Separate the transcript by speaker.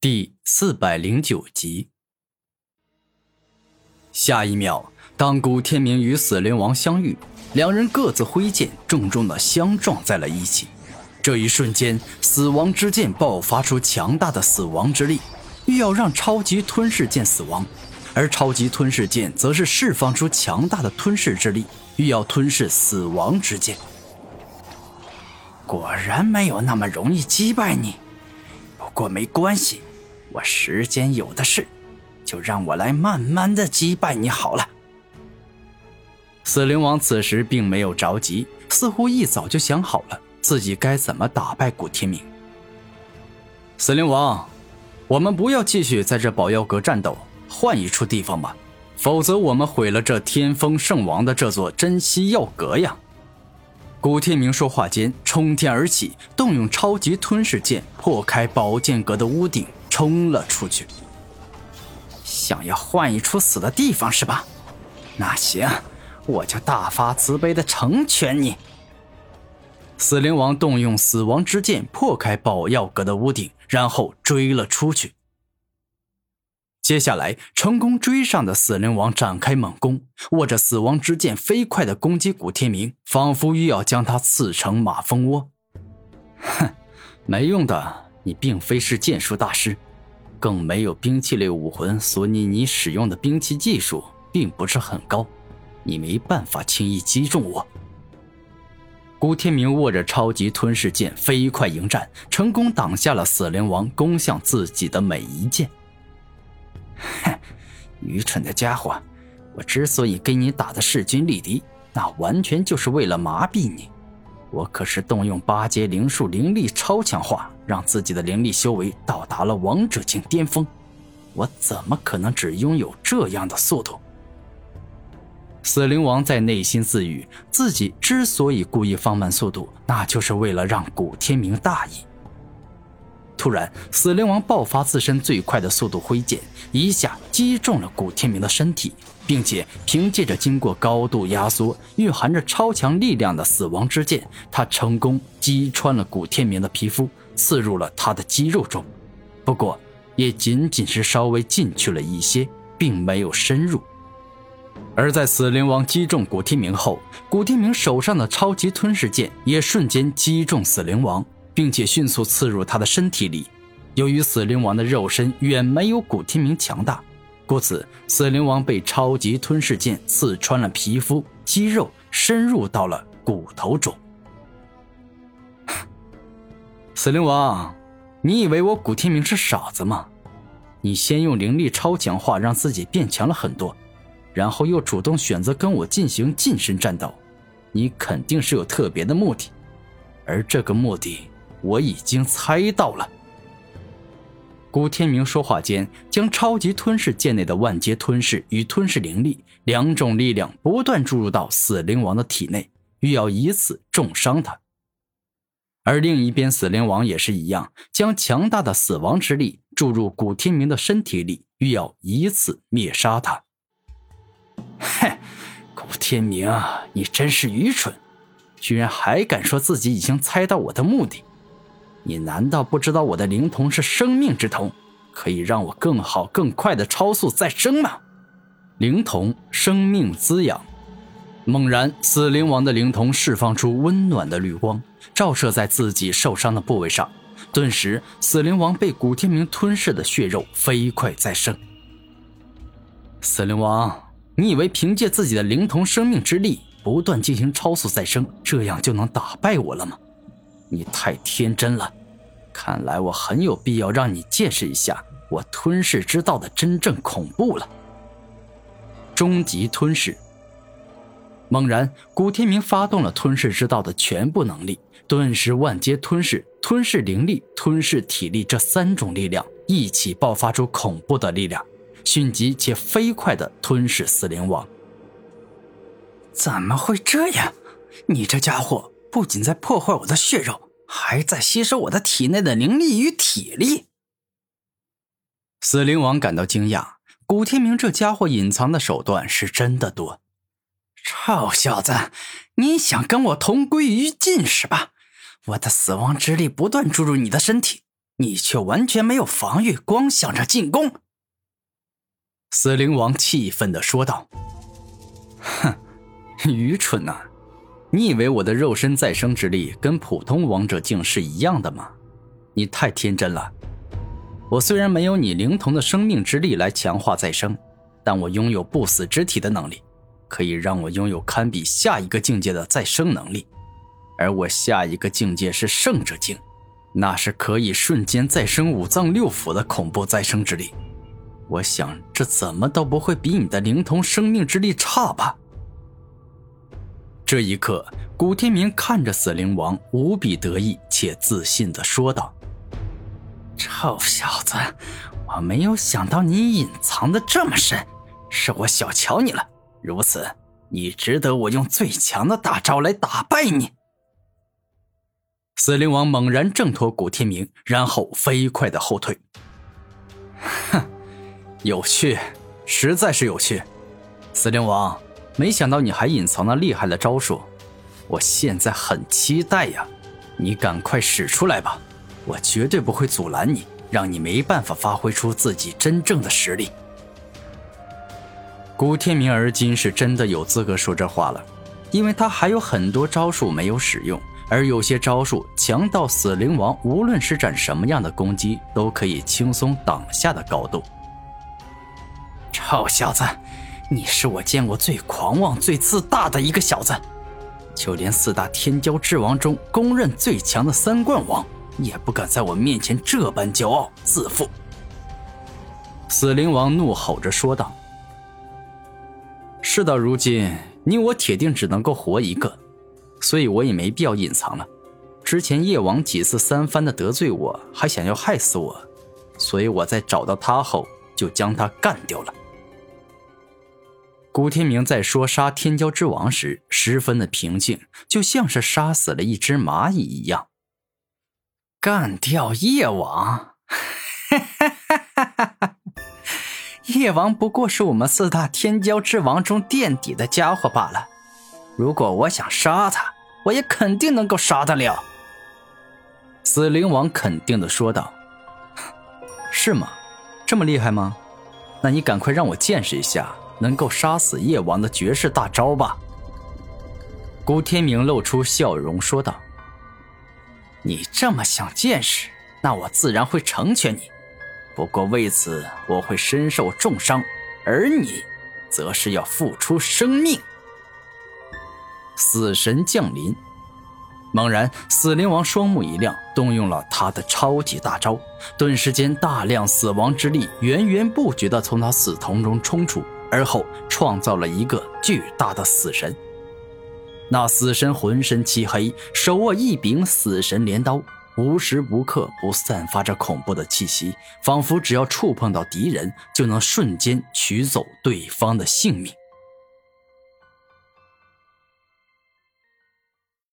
Speaker 1: 第409集。下一秒，当古天明与死灵王相遇，两人各自挥剑重重地相撞在了一起。这一瞬间，死亡之剑爆发出强大的死亡之力，欲要让超级吞噬剑死亡，而超级吞噬剑则是释放出强大的吞噬之力，欲要吞噬死亡之剑。
Speaker 2: 果然没有那么容易击败你，不过没关系，我时间有的是，就让我来慢慢的击败你好了。
Speaker 1: 死灵王此时并没有着急，似乎一早就想好了自己该怎么打败古天明。死灵王，我们不要继续在这宝药阁战斗，换一处地方吧，否则我们毁了这天风圣王的这座珍稀药阁呀。古天明说话间冲天而起，动用超级吞噬剑破开宝剑阁的屋顶，冲了出去。
Speaker 2: 想要换一处死的地方是吧？那行，我就大发慈悲的成全你。
Speaker 1: 死灵王动用死亡之剑破开宝药阁的屋顶，然后追了出去。接下来成功追上的死灵王展开猛攻，握着死亡之剑飞快地攻击古天明，仿佛欲要将他刺成马蜂窝。哼，没用的，你并非是剑术大师，更没有兵器类武魂，所以你使用的兵器技术并不是很高，你没办法轻易击中我。古天明握着超级吞噬剑飞快迎战，成功挡下了死灵王攻向自己的每一剑。
Speaker 2: 哼，愚蠢的家伙，我之所以跟你打的势均力敌，那完全就是为了麻痹你。我可是动用8阶灵术灵力超强化，让自己的灵力修为到达了王者境巅峰，我怎么可能只拥有这样的速度？
Speaker 1: 死灵王在内心自语，自己之所以故意放慢速度，那就是为了让古天明大意。突然，死灵王爆发自身最快的速度挥剑，一下击中了古天明的身体，并且凭借着经过高度压缩、蕴含着超强力量的死亡之剑，他成功击穿了古天明的皮肤，刺入了他的肌肉中。不过，也仅仅是稍微进去了一些，并没有深入。而在死灵王击中古天明后，古天明手上的超级吞噬剑也瞬间击中死灵王，并且迅速刺入他的身体里。由于死灵王的肉身远没有古天明强大，故此死灵王被超级吞噬剑刺穿了皮肤、肌肉，深入到了骨头中。死灵王，你以为我古天明是傻子吗？你先用灵力超强化让自己变强了很多，然后又主动选择跟我进行近身战斗，你肯定是有特别的目的，而这个目的我已经猜到了。古天明说话间，将超级吞噬剑内的万阶吞噬与吞噬灵力两种力量不断注入到死灵王的体内，欲要以此重伤他。而另一边死灵王也是一样，将强大的死亡之力注入古天明的身体里，欲要以此灭杀他。
Speaker 2: 哼，古天明，你真是愚蠢，居然还敢说自己已经猜到我的目的。你难道不知道我的灵瞳是生命之瞳，可以让我更好更快的超速再生吗？
Speaker 1: 灵瞳，生命滋养。猛然，死灵王的灵瞳释放出温暖的绿光，照射在自己受伤的部位上，顿时死灵王被古天明吞噬的血肉飞快再生。死灵王，你以为凭借自己的灵瞳生命之力不断进行超速再生，这样就能打败我了吗？你太天真了，看来我很有必要让你见识一下我吞噬之道的真正恐怖了。终极吞噬。猛然，古天明发动了吞噬之道的全部能力，顿时万阶吞噬、吞噬灵力、吞噬体力这3种力量一起爆发出恐怖的力量，迅疾且飞快地吞噬死灵王。
Speaker 2: 怎么会这样？你这家伙不仅在破坏我的血肉，还在吸收我的体内的灵力与体力。
Speaker 1: 死灵王感到惊讶，古天明这家伙隐藏的手段是真的多。
Speaker 2: 臭小子，你想跟我同归于尽是吧？我的死亡之力不断注入你的身体， 你却完全没有防御，光想着进攻。
Speaker 1: 死灵王气愤地说道。哼，愚蠢啊！你以为我的肉身再生之力跟普通王者境是一样的吗？你太天真了。我虽然没有你灵童的生命之力来强化再生，但我拥有不死之体的能力，可以让我拥有堪比下一个境界的再生能力。而我下一个境界是圣者境，那是可以瞬间再生五脏六腑的恐怖再生之力。我想这怎么都不会比你的灵童生命之力差吧。这一刻，古天明看着死灵王，无比得意且自信地说道：
Speaker 2: 臭小子，我没有想到你隐藏的这么深，是我小瞧你了，如此你值得我用最强的大招来打败你。
Speaker 1: 死灵王猛然挣脱古天明，然后飞快地后退。哼，有趣，实在是有趣。死灵王，没想到你还隐藏了厉害的招数，我现在很期待呀，你赶快使出来吧，我绝对不会阻拦你，让你没办法发挥出自己真正的实力。古天明而今是真的有资格说这话了，因为他还有很多招数没有使用，而有些招数强到死灵王无论施展什么样的攻击都可以轻松挡下的高度。
Speaker 2: 臭小子，你是我见过最狂妄最自大的一个小子，就连四大天骄之王中公认最强的三冠王也不敢在我面前这般骄傲自负。
Speaker 1: 死灵王怒吼着说道。事到如今，你我铁定只能够活一个，所以我也没必要隐藏了。之前夜王几次三番的得罪我，还想要害死我，所以我在找到他后就将他干掉了。古天明在说杀天骄之王时十分的平静，就像是杀死了一只蚂蚁一样。
Speaker 2: 干掉夜王？夜王不过是我们四大天骄之王中垫底的家伙罢了，如果我想杀他，我也肯定能够杀得了。
Speaker 1: 死灵王肯定地说道。是吗？这么厉害吗？那你赶快让我见识一下能够杀死夜王的绝世大招吧。古天明露出笑容说道。
Speaker 2: 你这么想见识，那我自然会成全你，不过为此我会身受重伤，而你则是要付出生命。
Speaker 1: 死神降临。猛然，死灵王双目一亮，动用了他的超级大招，顿时间大量死亡之力源源不绝地从他死瞳中冲出，而后创造了一个巨大的死神。那死神浑身漆黑，手握一柄死神镰刀，无时无刻不散发着恐怖的气息，仿佛只要触碰到敌人就能瞬间取走对方的性命。